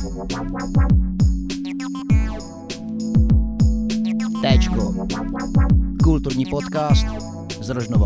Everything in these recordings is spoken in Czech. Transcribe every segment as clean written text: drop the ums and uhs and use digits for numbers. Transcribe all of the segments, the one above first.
Téčko. Kulturní podcast z Rožnova.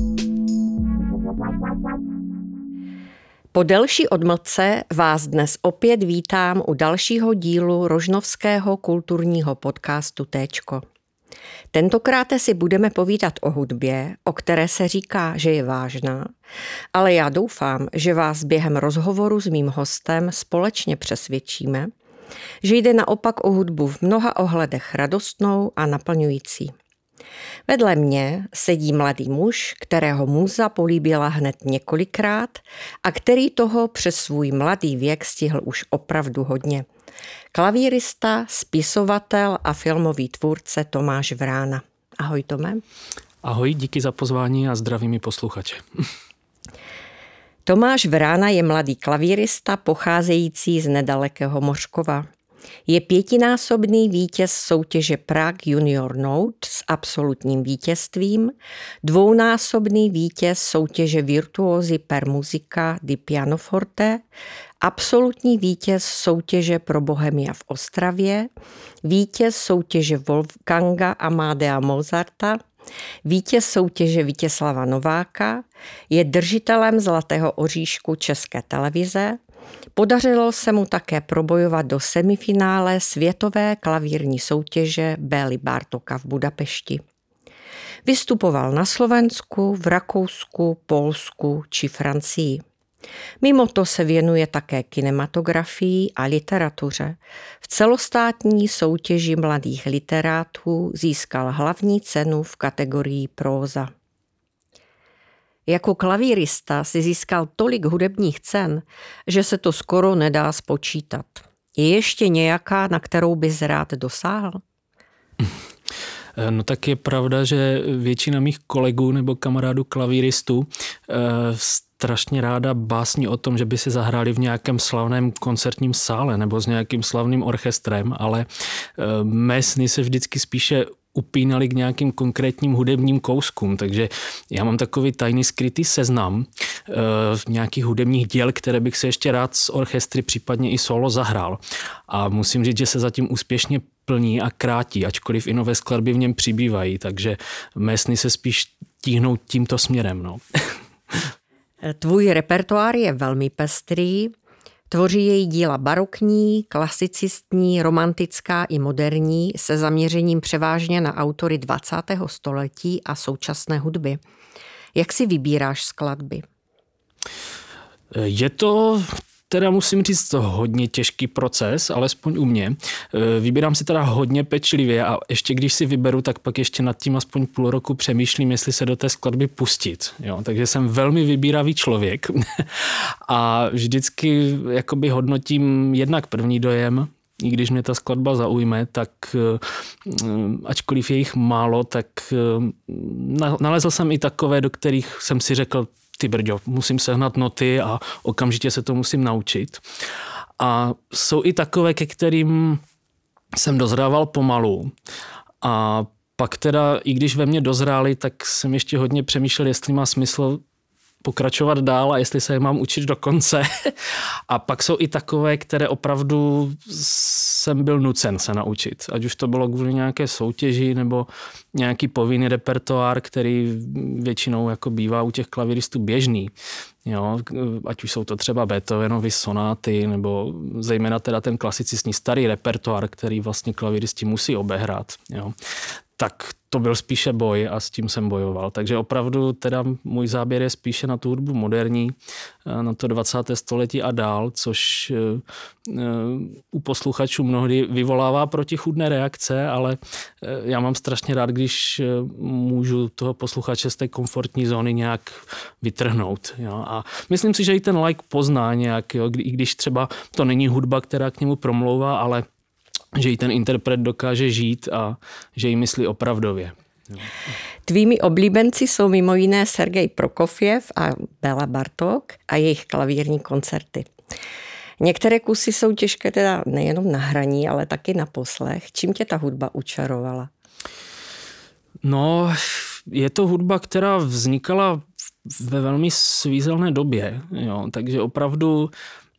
Po delší odmlce vás dnes opět vítám u dalšího dílu rožnovského kulturního podcastu Téčko. Tentokrát si budeme povídat o hudbě, o které se říká, že je vážná, ale já doufám, že vás během rozhovoru s mým hostem společně přesvědčíme, že jde naopak o hudbu v mnoha ohledech radostnou a naplňující. Vedle mě sedí mladý muž, kterého múza políbila hned několikrát a který toho přes svůj mladý věk stihl už opravdu hodně. Klavírista, spisovatel a filmový tvůrce Tomáš Vrána. Ahoj, Tome. Ahoj, díky za pozvání a zdravím i posluchače. Tomáš Vrána je mladý klavírista pocházející z nedalekého Mořkova. Je pětinásobný vítěz soutěže Prague Junior Note s absolutním vítězstvím, dvounásobný vítěz soutěže Virtuosi per musica di pianoforte, absolutní vítěz soutěže pro Bohemia v Ostravě, vítěz soutěže Wolfganga Amadea Mozarta, vítěz soutěže Vítězslava Nováka, je držitelem Zlatého oříšku České televize. Podařilo se mu také probojovat do semifinále světové klavírní soutěže Béli Bartóka v Budapešti. Vystupoval na Slovensku, v Rakousku, Polsku či Francii. Mimo to se věnuje také kinematografii a literatuře. V celostátní soutěži mladých literátů získal hlavní cenu v kategorii próza. Jako klavírista si získal tolik hudebních cen, že se to skoro nedá spočítat. Je ještě nějaká, na kterou bys rád dosáhl? No tak je pravda, že většina mých kolegů nebo kamarádů klavíristů strašně ráda básní o tom, že by si zahráli v nějakém slavném koncertním sále nebo s nějakým slavným orchestrem, ale mé sny se vždycky spíše upínali k nějakým konkrétním hudebním kouskům, takže já mám takový tajný skrytý seznam nějakých hudebních děl, které bych se ještě rád s orchestry, případně i solo zahrál. A musím říct, že se zatím úspěšně plní a krátí, ačkoliv i nové skladby v něm přibývají, takže mé sny se spíš tíhnou tímto směrem. No. Tvůj repertoár je velmi pestrý. Tvoří její díla barokní, klasicistní, romantická i moderní se zaměřením převážně na autory 20. století a současné hudby. Jak si vybíráš skladby? Je to teda musím říct hodně těžký proces, alespoň u mě. Vybírám si teda hodně pečlivě a ještě když si vyberu, tak pak ještě nad tím aspoň půl roku přemýšlím, jestli se do té skladby pustit. Jo, takže jsem velmi vybíravý člověk a vždycky jakoby hodnotím jednak první dojem, i když mě ta skladba zaujme, tak ačkoliv je jich málo, tak nalezl jsem i takové, do kterých jsem si řekl, ty brďo, musím sehnat noty a okamžitě se to musím naučit. A jsou i takové, ke kterým jsem dozrával pomalu. A pak teda, i když ve mně dozráli, tak jsem ještě hodně přemýšlel, jestli má smysl pokračovat dál a jestli se je mám učit do konce. A pak jsou i takové, které opravdu jsem byl nucen se naučit. Ať už to bylo kvůli nějaké soutěži nebo nějaký povinný repertoár, který většinou jako bývá u těch klavíristů běžný. Jo, ať už jsou to třeba Beethovenovy sonáty nebo zejména teda ten klasicistní starý repertoár, který vlastně klavíristi musí obehrát. Jo. Tak to byl spíše boj a s tím jsem bojoval. Takže opravdu teda můj záběr je spíše na tu hudbu moderní, na to 20. století a dál, což u posluchačů mnohdy vyvolává protichůdné reakce, ale já mám strašně rád, když můžu toho posluchače z té komfortní zóny nějak vytrhnout. Jo. A myslím si, že i ten like pozná nějak, jo, i když třeba to není hudba, která k němu promlouvá, ale že jí ten interpret dokáže žít a že jí myslí opravdově. Tvými oblíbenci jsou mimo jiné Sergej Prokofjev a Béla Bartók a jejich klavírní koncerty. Některé kusy jsou těžké teda nejenom na hraní, ale taky na poslech. Čím tě ta hudba učarovala? No, je to hudba, která vznikala ve velmi svízelné době. Jo. Takže opravdu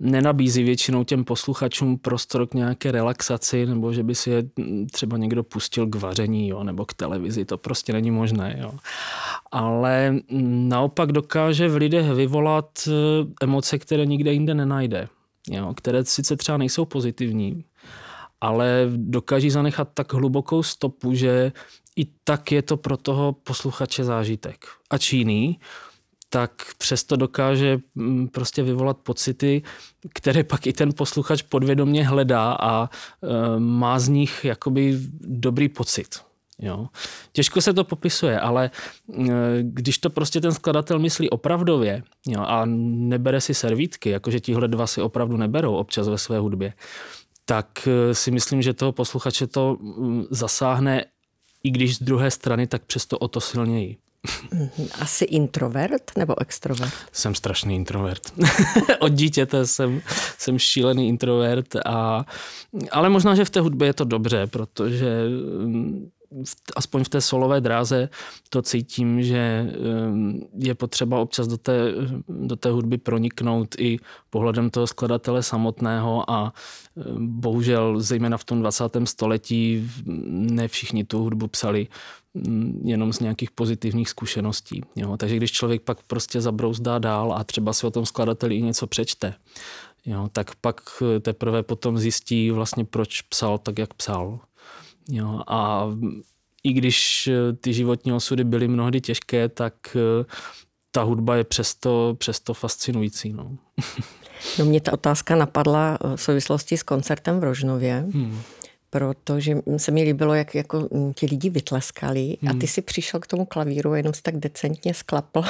nenabízí většinou těm posluchačům prostor k nějaké relaxaci, nebo že by si je třeba někdo pustil k vaření, jo, nebo k televizi, to prostě není možné. Jo. Ale naopak dokáže v lidech vyvolat emoce, které nikde jinde nenajde, jo, které sice třeba nejsou pozitivní, ale dokáží zanechat tak hlubokou stopu, že i tak je to pro toho posluchače zážitek. Ač jiný, tak přesto dokáže prostě vyvolat pocity, které pak i ten posluchač podvědomě hledá a má z nich jakoby dobrý pocit. Jo. Těžko se to popisuje, ale když to prostě ten skladatel myslí opravdově, jo, a nebere si servítky, jakože tihle dva si opravdu neberou občas ve své hudbě, tak si myslím, že toho posluchače to zasáhne, i když z druhé strany, tak přesto o to silněji. Asi introvert nebo extrovert? Jsem strašný introvert. Od dítěte jsem šílený introvert, ale možná, že v té hudbě je to dobře, protože aspoň v té solové dráze to cítím, že je potřeba občas do té hudby proniknout i pohledem toho skladatele samotného a bohužel zejména v tom 20. století ne všichni tu hudbu psali jenom z nějakých pozitivních zkušeností. Jo. Takže když člověk pak prostě zabrouzdá dál a třeba si o tom skladateli i něco přečte, jo, tak pak teprve potom zjistí vlastně, proč psal tak, jak psal. Jo, a i když ty životní osudy byly mnohdy těžké, tak ta hudba je přesto fascinující. No. No, mě ta otázka napadla v souvislosti s koncertem v Rožnově, protože se mi líbilo, jak jako ti lidi vytleskali a ty si přišel k tomu klavíru a jenom si tak decentně sklapl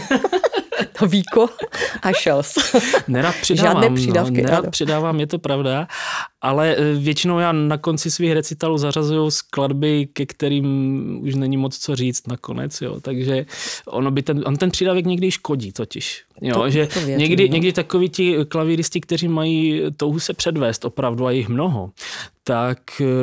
to víko a šel jsi. Nerad přidávám, je to pravda, ale většinou já na konci svých recitalů zařazuju skladby, ke kterým už není moc co říct nakonec, jo. Takže on ten přídavek někdy škodí totiž. Jo, že někdy takoví ti klavíristi, kteří mají touhu se předvést opravdu a jich mnoho, tak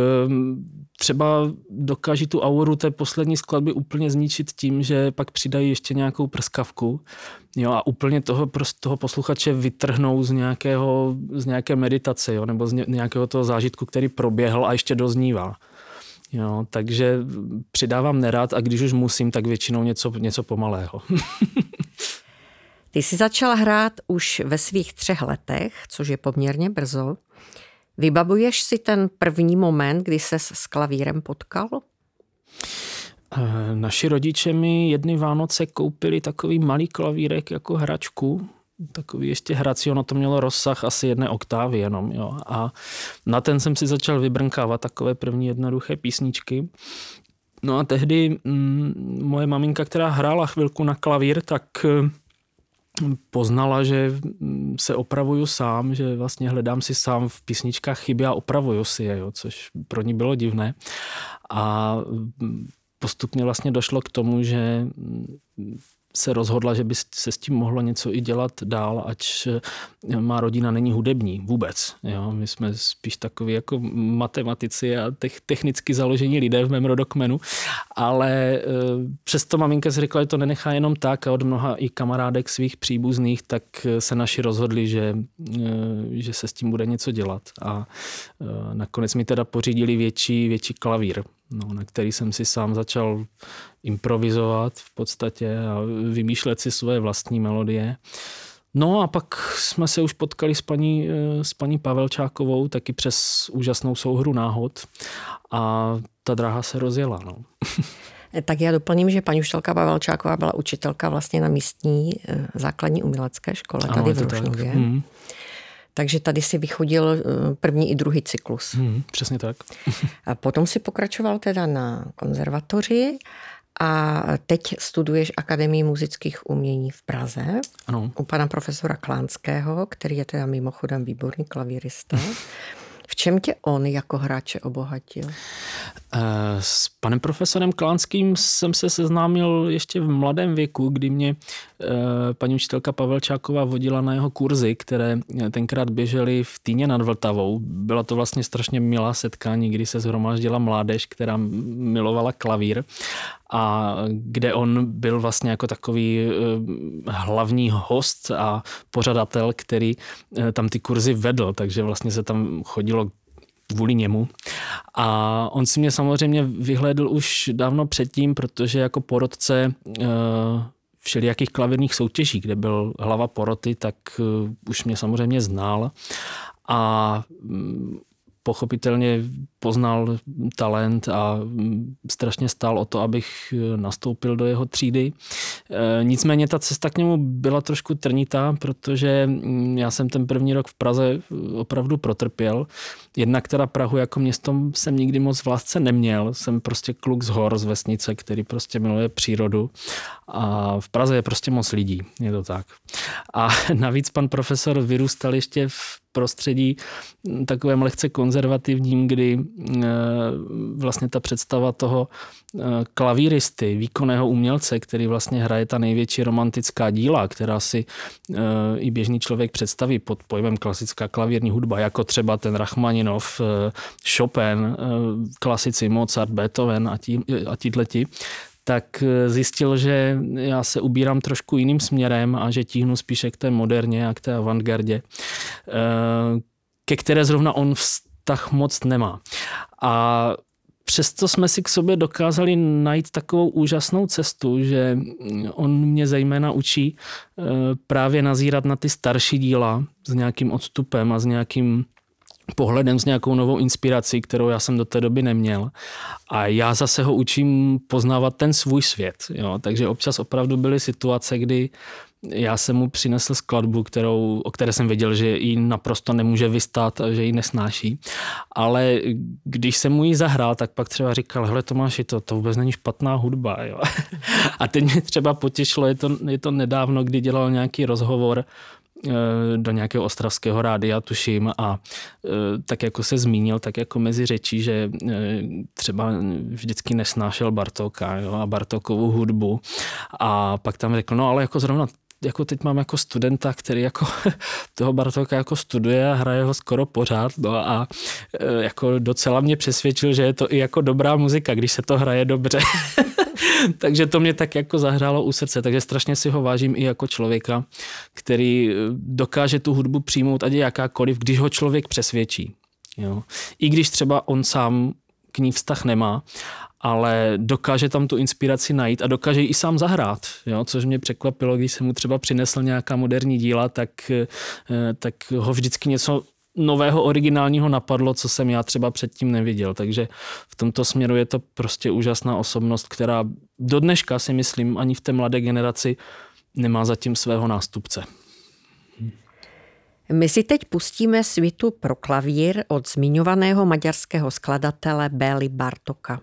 třeba dokáží tu auru té poslední skladby úplně zničit tím, že pak přidají ještě nějakou prskavku, jo, a úplně toho posluchače vytrhnou z nějaké meditace, jo, nebo z nějakého toho zážitku, který proběhl a ještě doznívá. Jo, takže přidávám nerad a když už musím, tak většinou něco pomalého. Ty jsi začal hrát už ve svých 3 letech, což je poměrně brzo. Vybavuješ si ten první moment, kdy ses s klavírem potkal? Naši rodiče mi jedny Vánoce koupili takový malý klavírek jako hračku. Takový ještě hrací, ono to mělo rozsah asi 1 oktávy jenom. Jo. A na ten jsem si začal vybrnkávat takové první jednoduché písničky. No a tehdy moje maminka, která hrála chvilku na klavír, tak poznala, že se opravuju sám, že vlastně hledám si sám v písničkách chyby a opravuju si je, jo, což pro ní bylo divné. A postupně vlastně došlo k tomu, že se rozhodla, že by se s tím mohlo něco i dělat dál, ač má rodina není hudební vůbec. Jo? My jsme spíš takový jako matematici a technicky založení lidé v mém rodokmenu, ale přesto maminka si řekla, že to nenechá jenom tak a od mnoha i kamarádek svých příbuzných, tak se naši rozhodli, že se s tím bude něco dělat. A nakonec mi teda pořídili větší klavír, no, na který jsem si sám začal improvizovat v podstatě a vymýšlet si svoje vlastní melodie. No a pak jsme se už potkali s paní Pavelčákovou taky přes úžasnou souhru náhod a ta dráha se rozjela. No. Tak já doplním, že paní učitelka Pavelčáková byla učitelka vlastně na místní základní umělecké škole tady v Rožnově. Takže tady si vychodil první i druhý cyklus. Přesně tak. A potom si pokračoval teda na konzervatoři a teď studuješ Akademii muzických umění v Praze. Ano. U pana profesora Klánského, který je teda mimochodem výborný klavírista. V čem tě on jako hráče obohatil? S panem profesorem Klánským jsem se seznámil ještě v mladém věku, kdy mě paní učitelka Pavelčáková vodila na jeho kurzy, které tenkrát běžely v Týně nad Vltavou. Byla to vlastně strašně milá setkání, kdy se shromáždila mládež, která milovala klavír a kde on byl vlastně jako takový hlavní host a pořadatel, který tam ty kurzy vedl, takže vlastně se tam chodilo kvůli němu. A on si mě samozřejmě vyhlédl už dávno předtím, protože jako porotce všelijakých klavírních soutěží, kde byl hlava poroty, tak už mě samozřejmě znal a pochopitelně poznal talent a strašně stál o to, abych nastoupil do jeho třídy. Nicméně ta cesta k němu byla trošku trnitá, protože já jsem ten první rok v Praze opravdu protrpěl. Jednak teda Prahu jako město jsem nikdy moc v lásce neměl. Jsem prostě kluk z hor, z vesnice, který prostě miluje přírodu. A v Praze je prostě moc lidí, je to tak. A navíc pan profesor vyrůstal ještě v prostředí takovém lehce konzervativním, kdy vlastně ta představa toho klavíristy, výkonného umělce, který vlastně hraje ta největší romantická díla, která si i běžný člověk představí pod pojmem klasická klavírní hudba, jako třeba ten Rachmaninov, Chopin, klasici Mozart, Beethoven a tíhleti, tak zjistil, že já se ubírám trošku jiným směrem a že tíhnu spíše k té moderně a k té avantgardě, ke které zrovna on vztah moc nemá. A přesto jsme si k sobě dokázali najít takovou úžasnou cestu, že on mě zejména učí právě nazírat na ty starší díla s nějakým odstupem a s nějakým pohledem, s nějakou novou inspirací, kterou já jsem do té doby neměl. A já zase ho učím poznávat ten svůj svět. Jo? Takže občas opravdu byly situace, kdy já jsem mu přinesl skladbu, o které jsem věděl, že ji naprosto nemůže vystát a že ji nesnáší. Ale když jsem mu ji zahrál, tak pak třeba říkal, hele Tomáši, to vůbec není špatná hudba. Jo? A teď mě třeba potěšilo, je to nedávno, kdy dělal nějaký rozhovor do nějakého ostravského rádia, tuším, a tak jako se zmínil, tak jako mezi řečí, že třeba vždycky nesnášel Bartóka, jo, a Bartókovu hudbu. A pak tam řekl, no ale jako zrovna jako teď mám jako studenta, který jako toho Bartóka jako studuje a hraje ho skoro pořád, no a jako docela mě přesvědčil, že je to i jako dobrá muzika, když se to hraje dobře. Takže to mě tak jako zahrálo u srdce, takže strašně si ho vážím i jako člověka, který dokáže tu hudbu přijmout, ať je jakákoliv, když ho člověk přesvědčí. Jo. I když třeba on sám k ní vztah nemá, ale dokáže tam tu inspiraci najít a dokáže ji i sám zahrát, jo? Což mě překvapilo, když jsem mu třeba přinesl nějaká moderní díla, tak ho vždycky něco nového, originálního napadlo, co jsem já třeba předtím neviděl. Takže v tomto směru je to prostě úžasná osobnost, která do dneška si myslím ani v té mladé generaci nemá zatím svého nástupce. My si teď pustíme svitu pro klavír od zmiňovaného maďarského skladatele Bély Bartóka.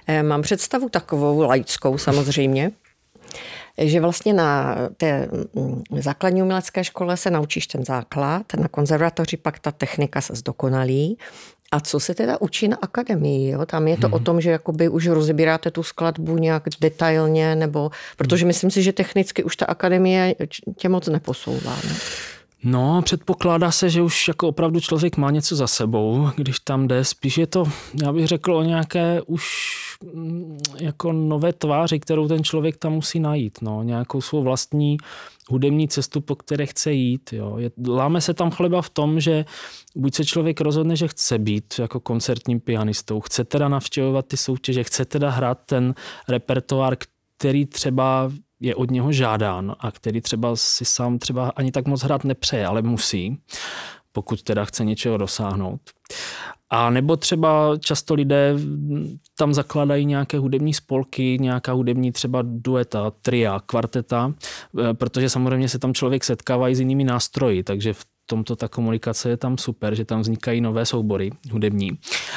Mám představu takovou laickou samozřejmě, že vlastně na té základní umělecké škole se naučíš ten základ, na konzervatoři pak ta technika se zdokonalí. A co se teda učí na akademii? Jo? Tam je to o tom, že jakoby už rozebíráte tu skladbu nějak detailně, nebo protože myslím si, že technicky už ta akademie tě moc neposouvá. Ne? No, předpokládá se, že už jako opravdu člověk má něco za sebou, když tam jde. Spíš je to, já bych řekl, o nějaké už jako nové tváři, kterou ten člověk tam musí najít. No, nějakou svou vlastní hudební cestu, po které chce jít. Jo. Láme se tam chleba v tom, že buď se člověk rozhodne, že chce být jako koncertním pianistou, chce teda navštěvovat ty soutěže, chce teda hrát ten repertoár, který třeba je od něho žádán a který třeba si sám třeba ani tak moc hrát nepřeje, ale musí, pokud teda chce něčeho dosáhnout. A nebo třeba často lidé tam zakládají nějaké hudební spolky, nějaká hudební třeba dueta, tria, kvarteta, protože samozřejmě se tam člověk setkává i s jinými nástroji, takže v tomto ta komunikace je tam super, že tam vznikají nové soubory hudební.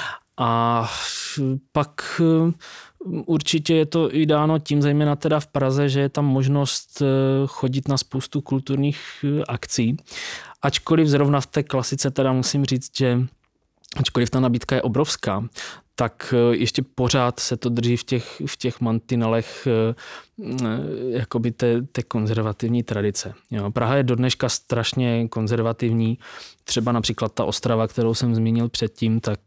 A pak určitě je to i dáno tím, zejména teda v Praze, že je tam možnost chodit na spoustu kulturních akcí. Ačkoliv zrovna v té klasice teda musím říct, že ačkoliv ta nabídka je obrovská, tak ještě pořád se to drží v těch mantinelech jakoby té konzervativní tradice. Jo, Praha je dodneška strašně konzervativní. Třeba například ta Ostrava, kterou jsem zmínil předtím, tak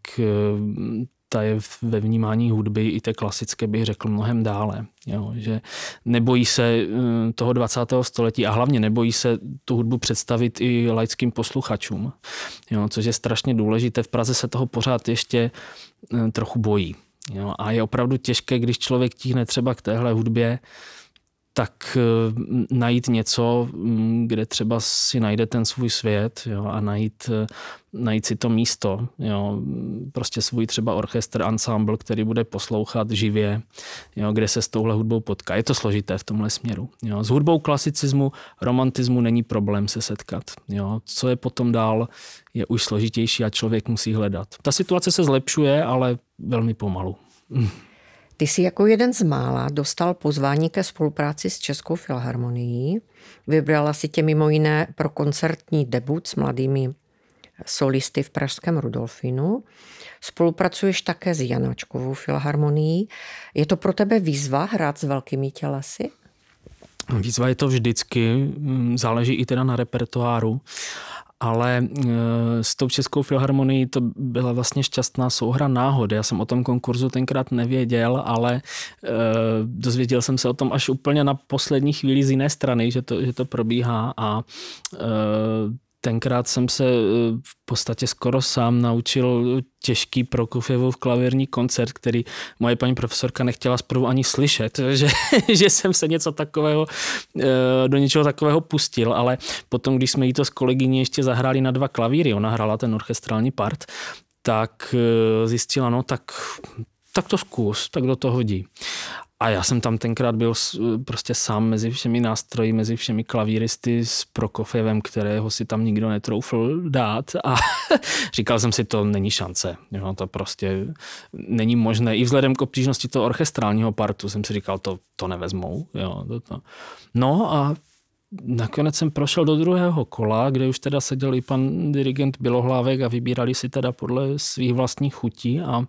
ta je ve vnímání hudby i té klasické, bych řekl, mnohem dále. Jo, že nebojí se toho 20. století a hlavně nebojí se tu hudbu představit i laickým posluchačům, jo, což je strašně důležité. V Praze se toho pořád ještě trochu bojí. Jo, a je opravdu těžké, když člověk tíhne třeba k téhle hudbě, tak najít něco, kde třeba si najde ten svůj svět, jo, a najít si to místo. Jo, prostě svůj třeba orchestr, ensemble, který bude poslouchat živě, jo, kde se s touhle hudbou potká. Je to složité v tomhle směru. Jo. S hudbou klasicismu, romantismu není problém se setkat. Jo. Co je potom dál, je už složitější a člověk musí hledat. Ta situace se zlepšuje, ale velmi pomalu. Ty jsi jako jeden z mála dostal pozvání ke spolupráci s Českou filharmonií. Vybrala si tě mimo jiné pro koncertní debut s mladými solisty v pražském Rudolfínu. Spolupracuješ také s Janáčkovou filharmonií. Je to pro tebe výzva hrát s velkými tělesy? Výzva je to vždycky, záleží i teda na repertoáru. Ale s tou Českou filharmonií to byla vlastně šťastná souhra náhody. Já jsem o tom konkurzu tenkrát nevěděl, ale dozvěděl jsem se o tom až úplně na poslední chvíli z jiné strany, že to probíhá a tenkrát jsem se v podstatě skoro sám naučil těžký Prokofjevův klavírní koncert, který moje paní profesorka nechtěla zprvu ani slyšet, že jsem se do něčeho takového pustil, ale potom, když jsme jí to s kolegyní ještě zahráli na 2 klavíry, ona hrála ten orchestrální part, tak zjistila, no tak to zkus, tak do toho hodí. A já jsem tam tenkrát byl prostě sám mezi všemi nástroji, mezi všemi klavíristy s Prokofjevem, kterého si tam nikdo netroufl dát a říkal jsem si, to není šance. Jo, to prostě není možné. I vzhledem k obtížnosti toho orchestrálního partu jsem si říkal, to nevezmou. Jo, to. No a nakonec jsem prošel do druhého kola, kde už teda seděl i pan dirigent Bělohlávek a vybírali si teda podle svých vlastních chutí a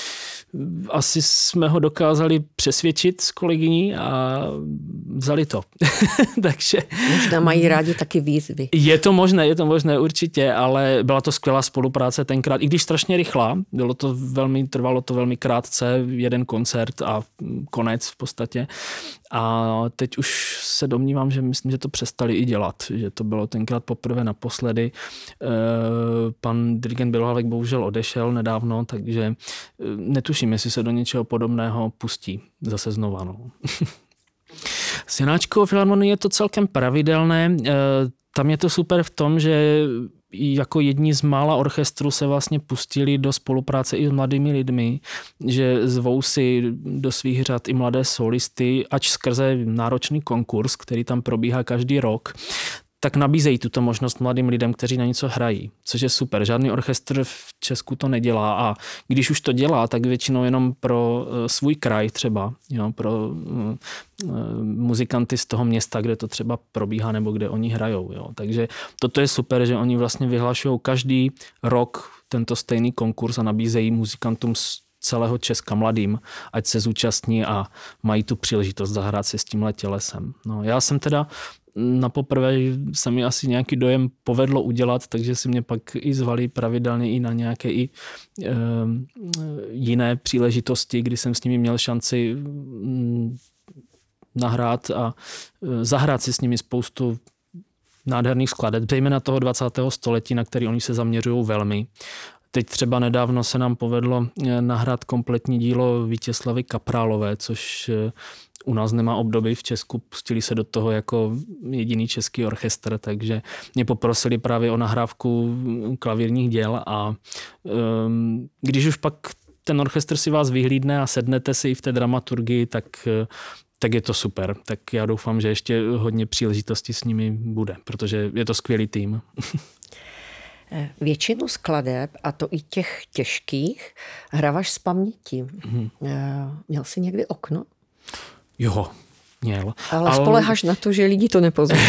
asi jsme ho dokázali přesvědčit s kolegyní a vzali to. Takže možná mají rádi taky výzvy. Je to možné určitě, ale byla to skvělá spolupráce tenkrát, i když strašně rychlá. Trvalo to velmi krátce, 1 koncert a konec v podstatě. A teď už se domnívám, že myslím, že to přestali i dělat, že to bylo tenkrát poprvé naposledy. Pan dirigent Bělohlávek bohužel odešel nedávno, takže netuším, jestli se do něčeho podobného pustí zase znova. No. S Janáčkovou filharmonií je to celkem pravidelné. Tam je to super v tom, že jako jedni z mála orchestrů se vlastně pustili do spolupráce i s mladými lidmi, že zvou si do svých řad i mladé solisty, ač skrze náročný konkurs, který tam probíhá každý rok, tak nabízejí tuto možnost mladým lidem, kteří na něco hrají, což je super. Žádný orchestr v Česku to nedělá a když už to dělá, tak většinou jenom pro svůj kraj třeba, jo, pro muzikanty z toho města, kde to třeba probíhá nebo kde oni hrajou. Jo. Takže toto je super, že oni vlastně vyhlašují každý rok tento stejný konkurs a nabízejí muzikantům z celého Česka mladým, ať se zúčastní a mají tu příležitost zahrát si s tímhle tělesem. No, já jsem teda napoprvé se mi asi nějaký dojem povedlo udělat, takže si mě pak i zvali pravidelně i na nějaké i jiné příležitosti, kdy jsem s nimi měl šanci nahrát a zahrát si s nimi spoustu nádherných skladeb, zejména toho 20. století, na který oni se zaměřují velmi. Teď třeba nedávno se nám povedlo nahrát kompletní dílo Vítězslavy Kaprálové, což u nás nemá obdoby v Česku. Pustili se do toho jako jediný český orchestr, takže mě poprosili právě o nahrávku klavírních děl a když už pak ten orchestr si vás vyhlídne a sednete si i v té dramaturgii, tak je to super. Tak já doufám, že ještě hodně příležitostí s nimi bude, protože je to skvělý tým. Většinu skladeb, a to i těch těžkých, hráváš z paměti. Měl jsi někdy okno? Jo, měl. Ale spoléháš na to, že lidi to nepoznají.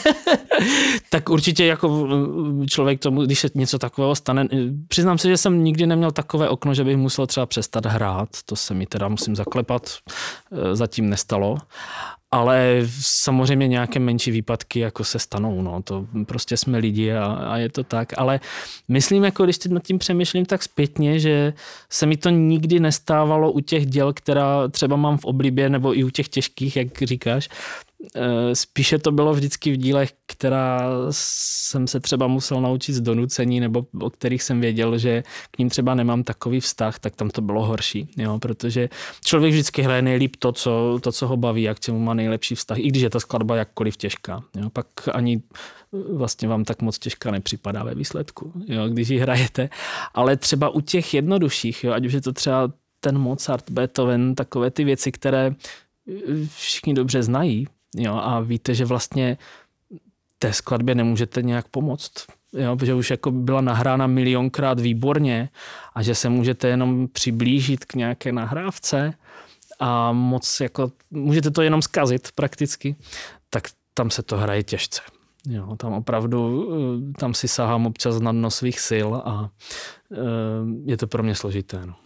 Tak určitě jako člověk tomu, když se něco takového stane, přiznám se, že jsem nikdy neměl takové okno, že bych musel třeba přestat hrát, to se mi teda musím zaklepat, zatím nestalo. Ale samozřejmě nějaké menší výpadky jako se stanou, no, to prostě jsme lidi a je to tak, ale myslím, jako když teď nad tím přemýšlím tak zpětně, že se mi to nikdy nestávalo u těch děl, která třeba mám v oblibě, nebo i u těch těžkých, jak říkáš. Spíše to bylo vždycky v dílech, která jsem se třeba musel naučit z donucení, nebo o kterých jsem věděl, že k ním třeba nemám takový vztah, tak tam to bylo horší, jo, protože člověk vždycky hraje nejlíp to, co ho baví, jak k čemu má nejlepší vztah, i když je ta skladba jakkoliv těžká. Jo, pak ani vlastně vám tak moc těžká nepřipadá ve výsledku, jo, když ji hrajete. Ale třeba u těch jednodušších, jo, ať už je to třeba ten Mozart, Beethoven, takové ty věci, které všichni dobře znají, jo, a víte, že vlastně té skladbě nemůžete nějak pomoct, jo, protože už jako byla nahrána milionkrát výborně a že se můžete jenom přiblížit k nějaké nahrávce a moc jako, můžete to jenom zkazit prakticky, tak tam se to hraje těžce. Jo, tam opravdu, tam si sahám občas na dno svých sil a je to pro mě složité. No.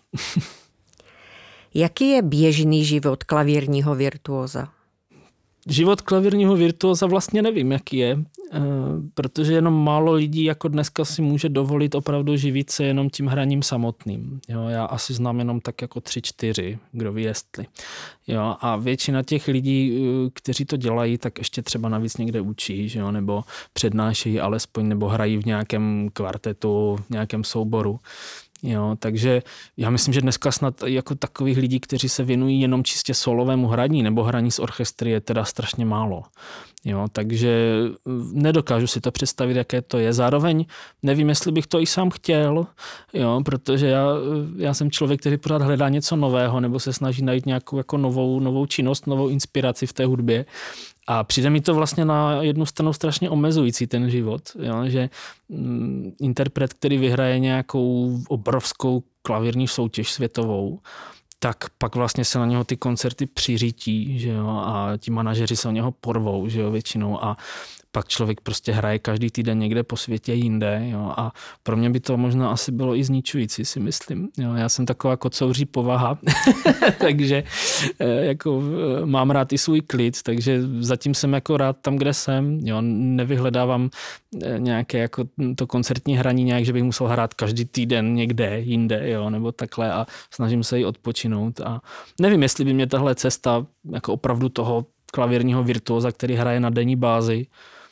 Jaký je běžný život klavírního virtuóza? Život klavírního virtuóza vlastně nevím, jaký je, protože jenom málo lidí jako dneska si může dovolit opravdu živit se jenom tím hraním samotným. Jo, já asi znám jenom tak jako 3-4, kdo ví jestli. Jo, a většina těch lidí, kteří to dělají, tak ještě třeba navíc někde učí, že jo, nebo přednášejí alespoň, nebo hrají v nějakém kvartetu, v nějakém souboru. Jo, takže já myslím, že dneska snad jako takových lidí, kteří se věnují jenom čistě solovému hraní nebo hraní s orchestry, je teda strašně málo. Jo, takže nedokážu si to představit, jaké to je. Zároveň nevím, jestli bych to i sám chtěl, jo, protože já jsem člověk, který pořád hledá něco nového nebo se snaží najít nějakou jako novou činnost, novou inspiraci v té hudbě. A přijde mi to vlastně na jednu stranu strašně omezující ten život, jo? Že interpret, který vyhraje nějakou obrovskou klavírní soutěž světovou, tak pak vlastně se na něho ty koncerty přiřítí, že jo? A ti manažeři se o něho porvou, že jo, většinou a pak člověk prostě hraje každý týden někde po světě jinde, jo? A pro mě by to možná asi bylo i zničující, si myslím. Jo? Já jsem taková kocouří povaha, takže jako mám rád i svůj klid, takže zatím jsem jako rád tam, kde jsem. Jo? Nevyhledávám nějaké jako to koncertní hraní nějak, že bych musel hrát každý týden někde jinde, jo? Nebo takhle a snažím se i odpočinout. A nevím, jestli by mě tahle cesta jako opravdu toho klavírního virtuóza, který hraje na denní bázi,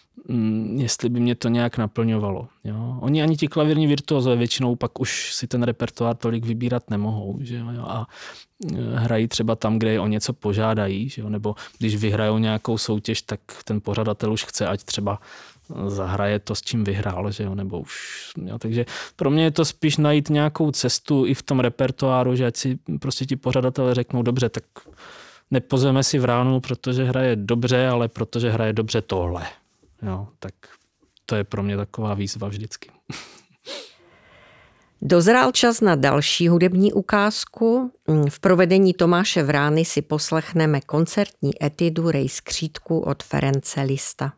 jestli by mě to nějak naplňovalo. Jo? Oni ani ti klavírní virtuózové většinou pak už si ten repertoár tolik vybírat nemohou. Že jo? A hrají třeba tam, kde je o něco požádají. Že jo? Nebo když vyhrajou nějakou soutěž, tak ten pořadatel už chce, ať třeba zahraje to, s čím vyhrál. Že jo? Nebo už, jo? Takže pro mě je to spíš najít nějakou cestu i v tom repertoáru, že ať si prostě ti pořadatelé řeknou, dobře, tak nepozveme si Vránu, protože hraje dobře, ale protože hraje dobře tohle. Jo, tak to je pro mě taková výzva vždycky. Dozrál čas na další hudební ukázku. V provedení Tomáše Vrány si poslechneme koncertní etidu Rej skřítků od Ference Lista.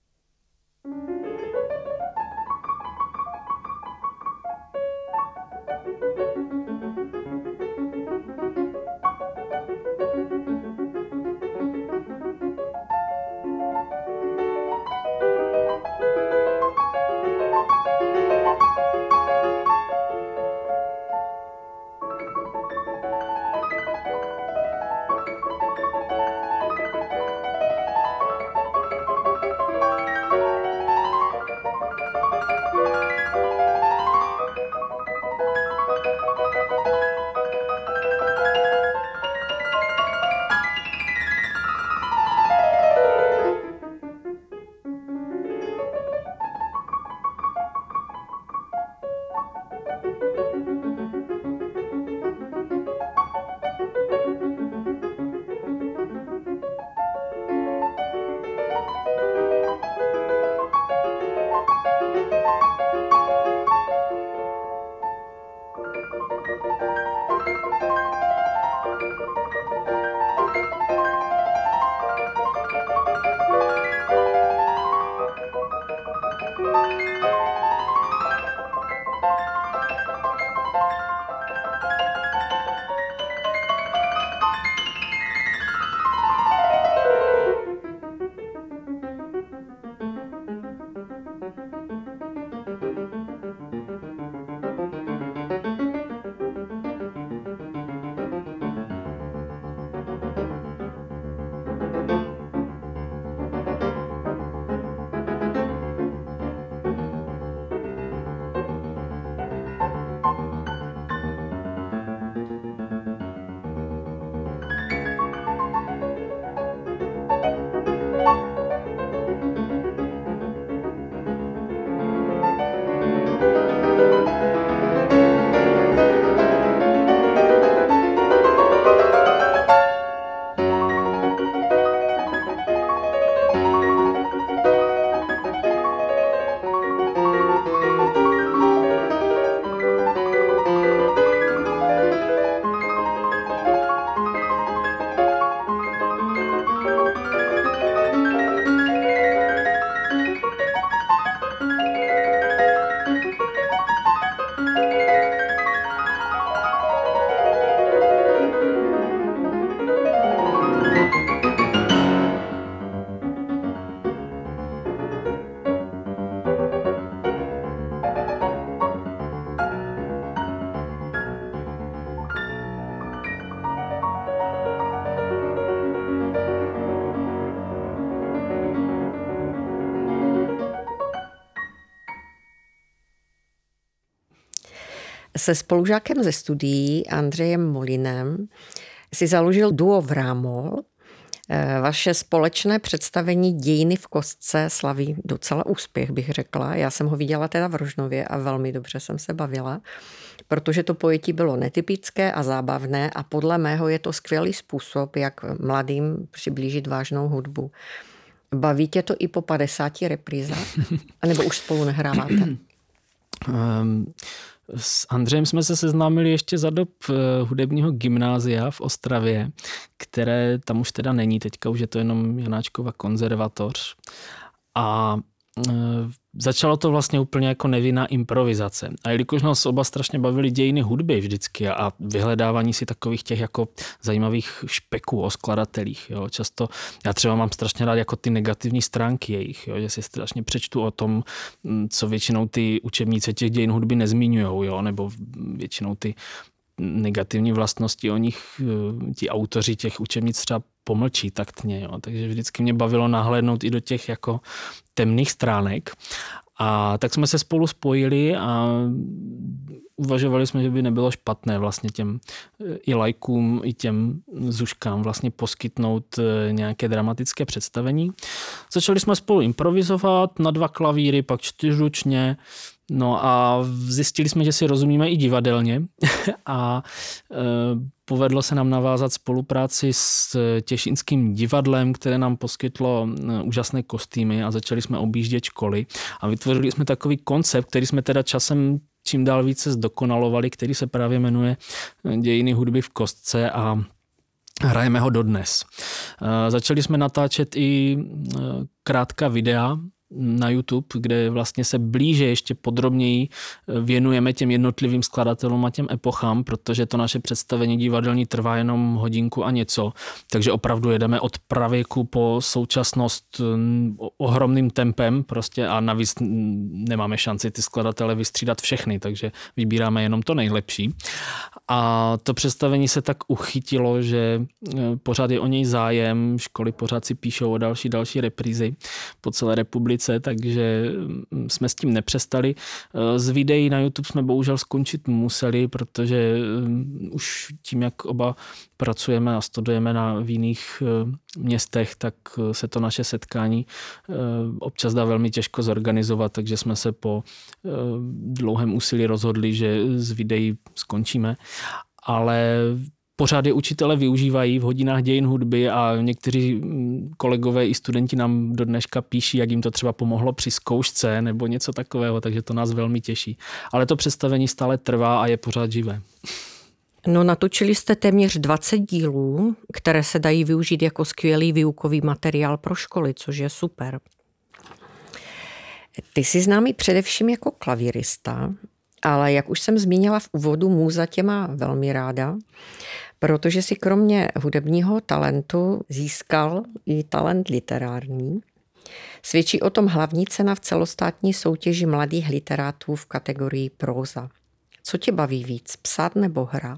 Se spolužákem ze studií Andřejem Molinem si založil duo Vrámol. Vaše společné představení Dějiny v kostce slaví docela úspěch, bych řekla. Já jsem ho viděla teda v Rožnově a velmi dobře jsem se bavila, protože to pojetí bylo netypické a zábavné a podle mého je to skvělý způsob, jak mladým přiblížit vážnou hudbu. Baví tě to i po 50 reprízách? A nebo už spolu nehráváte? S Andřejem jsme se seznámili ještě za dob hudebního gymnázia v Ostravě, které tam už teda není, teďka už je to jenom Janáčkova konzervatoř. A začalo to vlastně úplně jako nevinná improvizace. A jelikož nás oba strašně bavily dějiny hudby vždycky a vyhledávání si takových těch jako zajímavých špeků o skladatelích. Jo. Často já třeba mám strašně rád jako ty negativní stránky jejich, jo, že si strašně přečtu o tom, co většinou ty učebnice těch dějin hudby nezmiňujou, jo, nebo většinou ty negativní vlastnosti o nich ti autoři těch učebnic třeba pomlčí taktně. Jo. Takže vždycky mě bavilo nahlédnout i do těch jako temných stránek. A tak jsme se spolu spojili a uvažovali jsme, že by nebylo špatné vlastně těm i laikům, i těm zuškám vlastně poskytnout nějaké dramatické představení. Začali jsme spolu improvizovat na 2 klavíry, pak 4ručně. No a zjistili jsme, že si rozumíme i divadelně a povedlo se nám navázat spolupráci s Těšínským divadlem, které nám poskytlo úžasné kostýmy a začali jsme objíždět školy a vytvořili jsme takový koncept, který jsme teda časem čím dál více zdokonalovali, který se právě jmenuje Dějiny hudby v kostce a hrajeme ho dodnes. Začali jsme natáčet i krátká videa na YouTube, kde vlastně se blíže ještě podrobněji věnujeme těm jednotlivým skladatelům a těm epochám, protože to naše představení divadelní trvá jenom hodinku a něco. Takže opravdu jedeme od pravěku po současnost ohromným tempem prostě a navíc nemáme šanci ty skladatele vystřídat všechny, takže vybíráme jenom to nejlepší. A to představení se tak uchytilo, že pořád je o něj zájem, školy pořád si píšou o další reprízy po celé republice, takže jsme s tím nepřestali. Z videí na YouTube jsme bohužel skončit museli, protože už tím, jak oba pracujeme a studujeme v jiných městech, tak se to naše setkání občas dá velmi těžko zorganizovat, takže jsme se po dlouhém úsilí rozhodli, že z videí skončíme. Ale pořád je učitele využívají v hodinách dějin hudby a někteří kolegové i studenti nám do dneška píší, jak jim to třeba pomohlo při zkoušce nebo něco takového, takže to nás velmi těší. Ale to představení stále trvá a je pořád živé. No, natočili jste téměř 20 dílů, které se dají využít jako skvělý výukový materiál pro školy, což je super. Ty jsi známý především jako klavírista, ale jak už jsem zmínila v úvodu, můza tě má velmi ráda, protože si kromě hudebního talentu získal i talent literární. Svědčí o tom hlavní cena v celostátní soutěži mladých literátů v kategorii próza. Co tě baví víc, psát nebo hrát?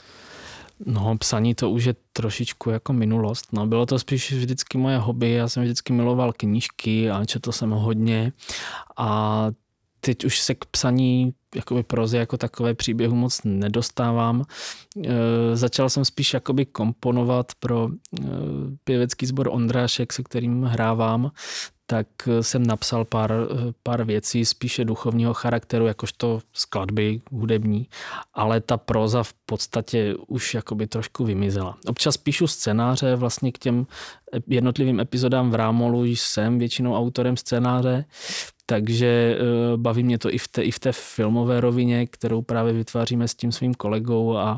No, psaní to už je trošičku jako minulost. No, bylo to spíš vždycky moje hobby. Já jsem vždycky miloval knížky a četl jsem hodně. A teď už se k psaní jakoby prózy jako takové příběhu moc nedostávám. Začal jsem spíš jakoby komponovat pro pěvecký sbor Ondrášek, se kterým hrávám. Tak jsem napsal pár věcí spíše duchovního charakteru, jakožto skladby hudební, ale ta próza v podstatě už jakoby trošku vymizela. Občas píšu scénáře vlastně k těm jednotlivým epizodám v Rámolu, jsem většinou autorem scénáře, takže baví mě to i v té filmové rovině, kterou právě vytváříme s tím svým kolegou a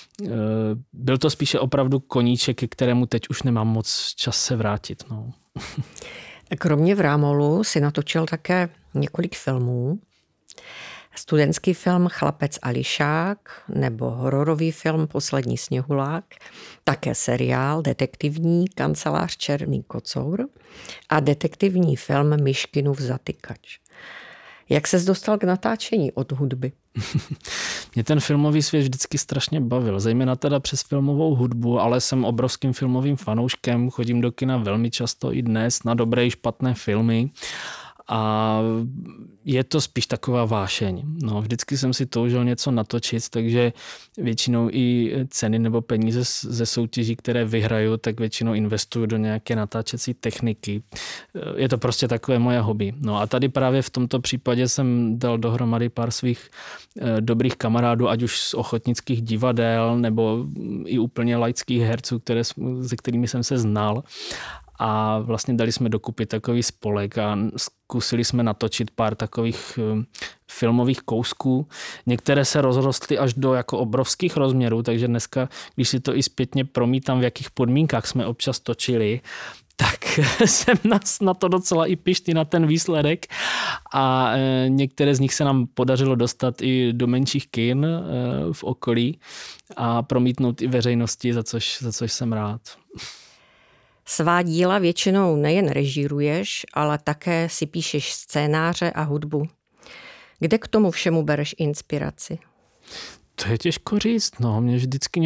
byl to spíše opravdu koníček, ke kterému teď už nemám moc čas se vrátit. No. Kromě v Rámolu si natočil také několik filmů. Studentský film Chlapec a lišák nebo hororový film Poslední sněhulák, také seriál detektivní Kancelář Černý kocour a detektivní film Myškinův zatykač. Jak ses dostal k natáčení od hudby? Mě ten filmový svět vždycky strašně bavil, zejména teda přes filmovou hudbu, ale jsem obrovským filmovým fanouškem, chodím do kina velmi často i dnes na dobré i špatné filmy. A je to spíš taková vášeň. No, vždycky jsem si toužil něco natočit, takže většinou i ceny nebo peníze ze soutěží, které vyhraju, tak většinou investuju do nějaké natáčecí techniky. Je to prostě takové moje hobby. No a tady právě v tomto případě jsem dal dohromady pár svých dobrých kamarádů, ať už z ochotnických divadel nebo i úplně laických herců, se kterými jsem se znal. A vlastně dali jsme dokupy takový spolek a zkusili jsme natočit pár takových filmových kousků. Některé se rozrostly až do jako obrovských rozměrů, takže dneska, když si to i zpětně promítám, v jakých podmínkách jsme občas točili, tak jsem na to docela i pyšný na ten výsledek a některé z nich se nám podařilo dostat i do menších kin v okolí a promítnout i veřejnosti, za což jsem rád. Svá díla většinou nejen režíruješ, ale také si píšeš scénáře a hudbu. Kde k tomu všemu bereš inspiraci? To je těžko říct. No, mě vždycky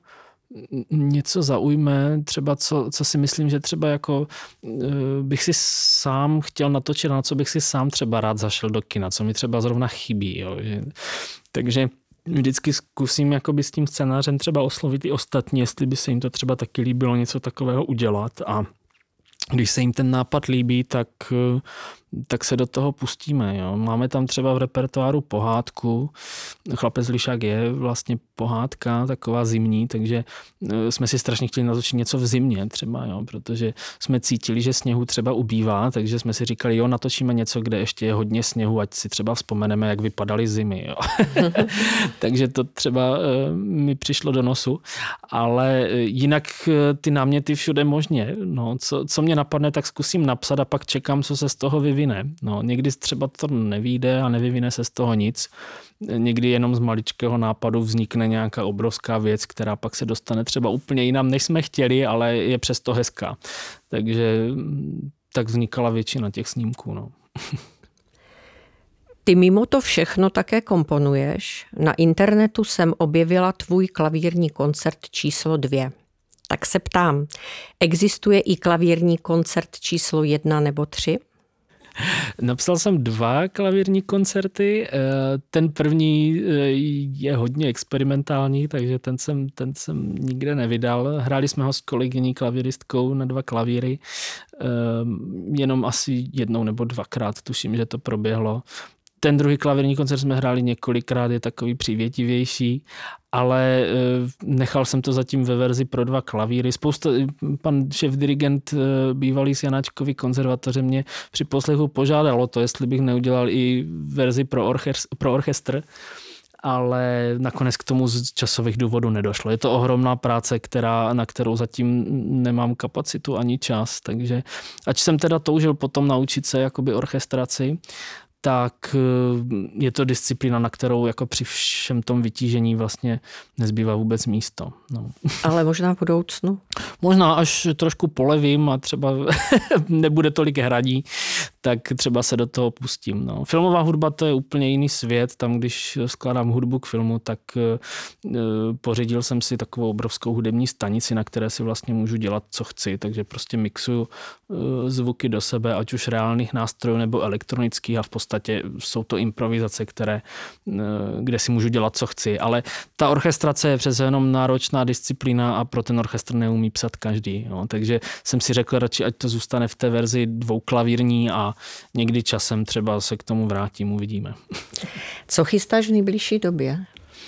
něco zaujme, třeba co si myslím, že třeba jako bych si sám chtěl natočit, na co bych si sám třeba rád zašel do kina, co mi třeba zrovna chybí. Jo. Takže vždycky zkusím jakoby s tím scénářem třeba oslovit i ostatní, jestli by se jim to třeba taky líbilo něco takového udělat a když se jim ten nápad líbí, tak se do toho pustíme. Jo. Máme tam třeba v repertoáru pohádku. Chlapec Lišák je vlastně pohádka, taková zimní, takže jsme si strašně chtěli natočit něco v zimě třeba, jo, protože jsme cítili, že sněhu třeba ubývá, takže jsme si říkali, jo, natočíme něco, kde ještě je hodně sněhu, ať si třeba vzpomeneme, jak vypadaly zimy. Jo. Takže to třeba mi přišlo do nosu, ale jinak ty náměty všude možně. No, co mě napadne, tak zkusím napsat a pak čekám, co se z toho vyvine. No, někdy třeba to nevyjde a nevyvine se z toho nic. Někdy jenom z maličkého nápadu vznikne nějaká obrovská věc, která pak se dostane třeba úplně jinam, než jsme chtěli, ale je přesto hezká. Takže tak vznikala většina těch snímků. No. Ty mimo to všechno také komponuješ. Na internetu jsem objevila tvůj klavírní koncert číslo 2. Tak se ptám, existuje i klavírní koncert číslo 1 nebo 3? Napsal jsem 2 klavírní koncerty. Ten první je hodně experimentální, takže ten jsem nikde nevydal. Hráli jsme ho s kolegyní klavíristkou na 2 klavíry. Jenom asi 1 nebo 2krát tuším, že to proběhlo. Ten druhý klavírní koncert jsme hráli několikrát, je takový přívětivější, ale nechal jsem to zatím ve verzi pro 2 klavíry. Pan šéfdirigent bývalý z Janáčkovy konzervatoře mě při poslechu požádal o to, jestli bych neudělal i verzi pro orchestr, ale nakonec k tomu z časových důvodů nedošlo. Je to ohromná práce, na kterou zatím nemám kapacitu ani čas, takže ač jsem teda toužil potom naučit se jakoby orchestraci, tak je to disciplína, na kterou jako při všem tom vytížení vlastně nezbývá vůbec místo. No. Ale možná v budoucnu? Možná, až trošku polevím a třeba nebude tolik hradí, tak třeba se do toho pustím. No. Filmová hudba to je úplně jiný svět. Tam, když skládám hudbu k filmu, tak pořídil jsem si takovou obrovskou hudební stanici, na které si vlastně můžu dělat, co chci. Takže prostě mixuju zvuky do sebe, ať už reálných nástrojů nebo elektronických, a v podstatě jsou to improvizace, kde si můžu dělat, co chci. Ale ta orchestrace je přece jenom náročná disciplína a pro ten orchestr neumí psat každý. Jo. Takže jsem si řekl radši, ať to zůstane v té verzi 2klavírní a někdy časem třeba se k tomu vrátím, uvidíme. Co chystáš v nejbližší době?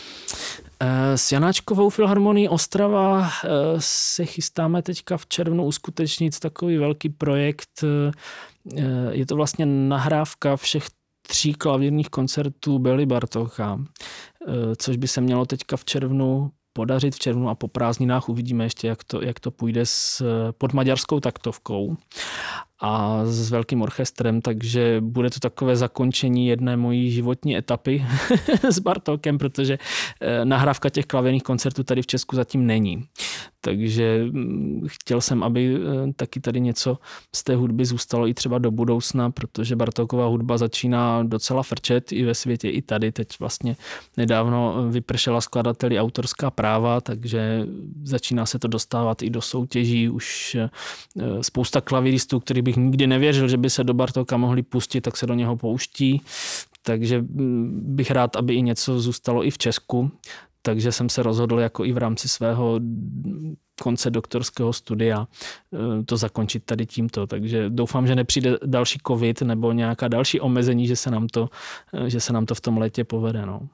S Janáčkovou filharmonií Ostrava se chystáme teďka v červnu uskutečnit takový velký projekt. Je to vlastně nahrávka všech 3 klavírních koncertů Bély Bartóka, což by se mělo teďka v červnu podařit, v červnu a po prázdninách uvidíme ještě, jak to půjde pod maďarskou taktovkou a s velkým orchestrem, takže bude to takové zakončení jedné mojí životní etapy s Bartókem, protože nahrávka těch klavírních koncertů tady v Česku zatím není. Takže chtěl jsem, aby taky tady něco z té hudby zůstalo i třeba do budoucna, protože Bartókova hudba začíná docela frčet i ve světě, i tady. Teď vlastně nedávno vypršela skladateli autorská práva, takže začíná se to dostávat i do soutěží. Už spousta klavíristů, který bych nikdy nevěřil, že by se do Bartóka mohli pustit, tak se do něho pouští. Takže bych rád, aby i něco zůstalo i v Česku. Takže jsem se rozhodl jako i v rámci svého konce doktorského studia to zakončit tady tímto. Takže doufám, že nepřijde další covid nebo nějaká další omezení, že se nám to v tom létě povede. No.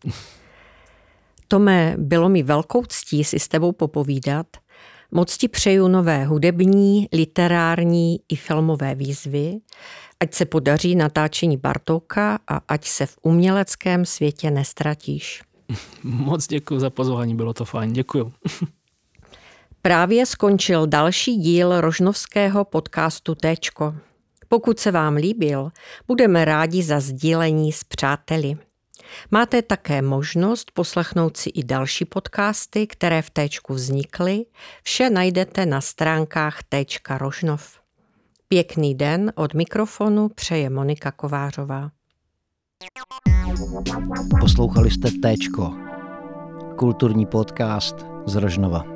Tome, bylo mi velkou ctí si s tebou popovídat. Moc ti přeju nové hudební, literární i filmové výzvy. Ať se podaří natáčení Bartóka a ať se v uměleckém světě nestratíš. Moc děkuji za pozvání, bylo to fajn, děkuji. Právě skončil další díl rožnovského podcastu Téčko. Pokud se vám líbil, budeme rádi za sdílení s přáteli. Máte také možnost poslechnout si i další podcasty, které v Téčku vznikly. Vše najdete na stránkách Téčka Rožnov. Pěkný den od mikrofonu přeje Monika Kovářová. Poslouchali jste Téčko, kulturní podcast z Rožnova.